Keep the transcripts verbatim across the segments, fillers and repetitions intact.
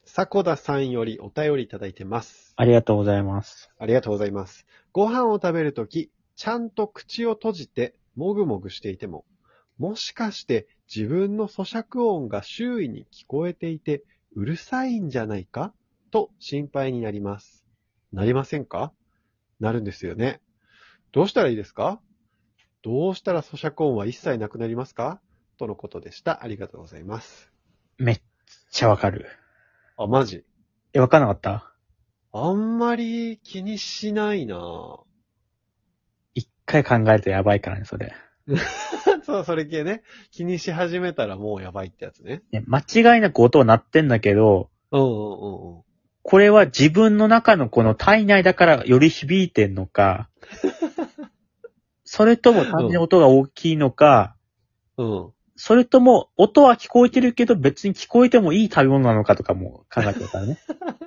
迫田さんよりお便りいただいてます。 ありがとうございます。 ありがとうございます。ご飯を食べるとき、ちゃんと口を閉じてもぐもぐしていても、もしかして自分の咀嚼音が周囲に聞こえていてうるさいんじゃないかと心配になります。なりませんか？なるんですよね。どうしたらいいですか？どうしたら咀嚼音は一切なくなりますか？とのことでした。ありがとうございます。 めっちゃわかる。 あ、マジ？ え、わかんなかった？ あんまり気にしないなぁ。 一回考えるとやばいからね、それ。 そう、それ系ね。気にし始めたらもうやばいってやつね。 ね、間違いなく音鳴ってんだけど、 うんうんうんうん。 これは自分の中のこの体内だからより響いてんのか、それとも単純に音が大きいのか、 うん。 それとも音は聞こえてるけど別に聞こえてもいい食べ物なのかとかも考えてるからね。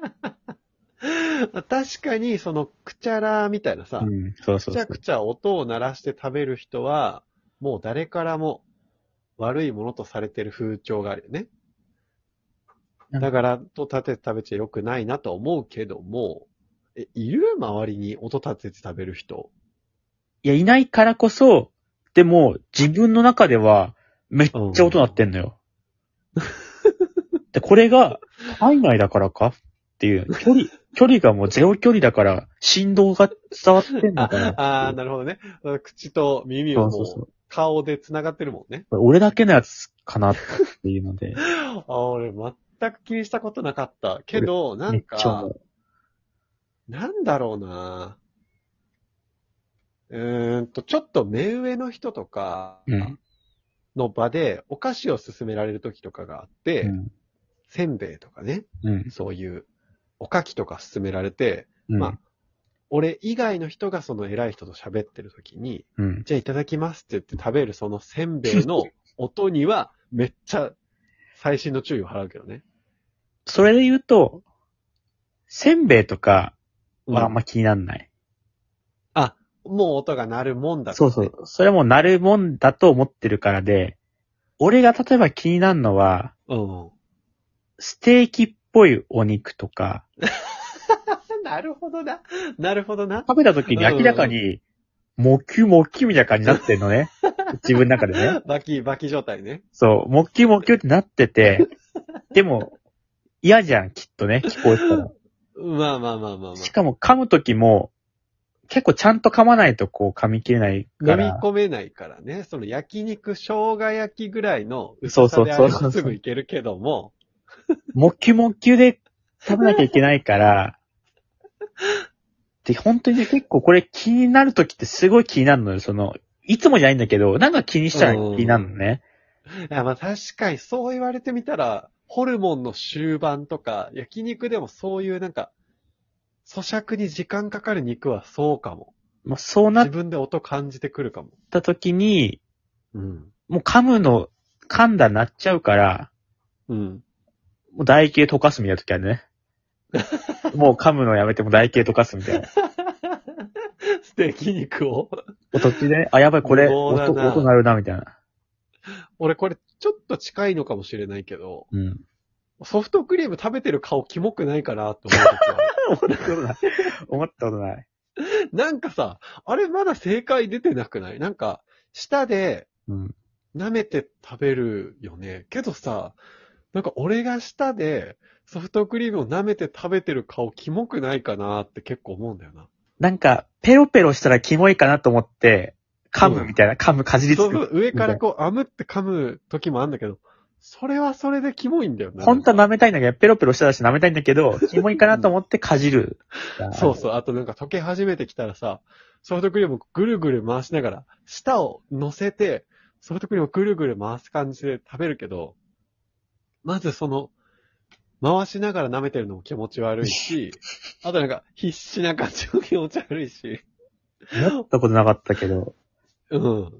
確かに、その、くちゃらみたいなさ、 うん、そうそうそう。 くちゃくちゃ音を鳴らして食べる人は、もう誰からも悪いものとされてる風潮があるよね。だから、音立てて食べちゃ良くないなと思うけども、え、いる？周りに音立てて食べる人。 いや、いないからこそ、でも自分の中ではめっちゃ音鳴ってんのよ。で、これが体内だからかっていう、距離、距離がもうゼロ距離だから振動が伝わってんのかなっていう。 ああー、なるほどね。口と耳をもうそうそうそう。 顔で繋がってるもんね。 これ俺だけのやつかなっていうので。 ああ、俺全く気にしたことなかった。けど、なんめっちゃ思か、 う。 なんだろうな。うーんと、ちょっと目上の人とかうん。 の場でお菓子を勧められる時とかがあって、 うん。 せんべいとかね、 うん。 そういうおかきとか勧められて、 うん。 まあ、俺以外の人がその偉い人と喋ってる時に、 うん。 じゃあいただきますって言って食べるそのせんべいの音にはめっちゃ細心の注意を払うけどね。 それで言うと、せんべいとかはあんうん。 ま気になんない。 あ、もう音が鳴るもんだからね。 そうそう。それも鳴るもんだと思ってるからで、俺が例えば気になるのは、 うん。 ステーキっぽいお肉とか、 なるほどな。なるほどな。 食べた時に明らかに、もきもきみたいな感じになってんのね。自分の中でね。 バキ、バキ状態ね。 そう、もきもきってなってて、でも、嫌じゃん、きっとね、聞こえてたら。 まあまあまあまあまあ。 しかも噛む時も、結構ちゃんと噛まないとこう噛み切れないか飲みら。 込めないからね。その焼肉、生姜焼きぐらいのそうそう薄さであそうそうればすぐいけるけども。 もきもきで食べなきゃいけないから、で、本当にね、結構これ気になる時ってすごい気になるのよ。その、いつもじゃないんだけど、なんか気にしたら気になるのね。 いやまあ確かにそう言われてみたら、ホルモンの終盤とか、焼肉でもそういうなんか、咀嚼に時間かかる肉はそうかも。 もうそうなっ自分で音感じてくるかも。 た時に、 うん。 もう噛むの、噛んだなっちゃうから、 うん。 もう唾液溶かすみたいな時あるね。もう噛むのやめても唾液溶かすみたいな。 ステーキ肉を。 お途中でね、あ、やばい、これ、音、 無謀だな音鳴るな、みたいな。 俺これちょっと近いのかもしれないけど、 うん。 ソフトクリーム食べてる顔キモくないかなって思う時はある。 思ったことない。思ったことない。 なんかさ、あれまだ正解出てなくない？なんか、舌でうん。 舐めて食べるよね。けどさ、なんか俺が舌でソフトクリームを舐めて食べてる顔キモくないかなって結構思うんだよな。 なんか、ペロペロしたらキモいかなと思って、噛むみたいな、噛む、かじりつく。 そうそう、上からこう、あむって噛む時もあるんだけど、それはそれでキモいんだよな。 本当は舐めたいんだけど、ペロペロしたらし舐めたいんだけど、キモいかなと思ってかじる。 そうそう。あとなんか溶け始めてきたらさ、ソフトクリームをぐるぐる回しながら、舌を乗せて、ソフトクリームをぐるぐる回す感じで食べるけど、まずその、回しながら舐めてるのも気持ち悪いし、あとなんか必死な感じも気持ち悪いし、 思ったことなかったけど。 うん。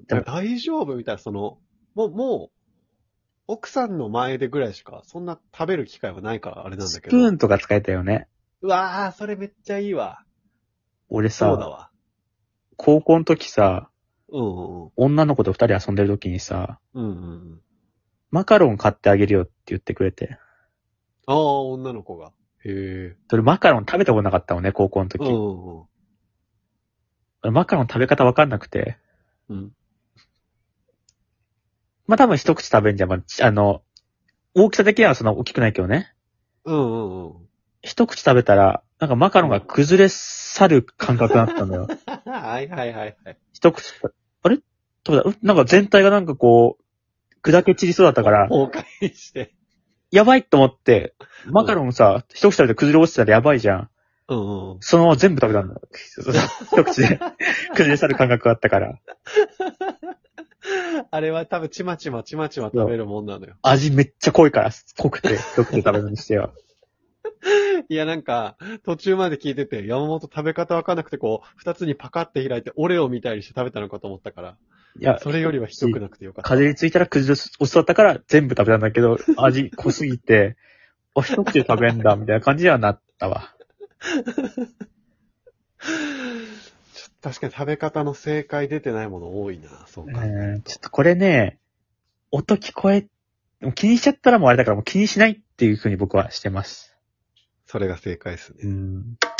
だから大丈夫みたいな、その、もう、もう、奥さんの前でぐらいしか、そんな食べる機会はないからあれなんだスけど。 プーンとか使えたよね。 うわー、それめっちゃいいわ。 俺さ、 そうだわ。 高校の時さ、 うんうん女の子と二人遊んでる時にさ、 うん。うんうんうん。 マカロン買ってあげるよって言ってくれて。 ああ、女の子が。へえ。 それマカロン食べたことなかったもんね、高校の時。 うんうんマカロン食べ方わかんなくて。 うん。うん。 まあ、多分一口食べんじゃん。まあ、ちあの、大きさ的にはそんな大きくないけどね。 うんうんうん。 一口食べたら、なんかマカロンが崩れ去る感覚だったのよ。 はいはいはいはい。 一口食べ、あれどうだうなんか全体がなんかこう、砕け散りそうだったから、 崩壊して。 やばいと思って、マカロンさ、一口食べて崩れ落ちたらやばいじゃん。 うんうんうん。 そのまま全部食べたんだよ。一口で崩れ去る感覚があったから。 あれは多分ちまちまちまちま食べるもんなのよ。 味めっちゃ濃いから、濃くて、一口で食べるにしては。 いやなんか、途中まで聞いてて、山本食べ方わかんなくてこう、二つにパカって開いてオレオみたいにして食べたのかと思ったから、 いや、 それよりはひどくなくてよかった。 風についたら崩れ落ちそうだったから全部食べたんだけど、味濃すぎて、あ、一口で食べんだ、みたいな感じにはなったわ。 ちょっと確かに食べ方の正解出てないもの多いな、そう考えうるん、ちょっとこれね、音聞こえ、もう気にしちゃったらもうあれだからもう気にしないっていう風に僕はしてます。 それが正解ですね。 うん。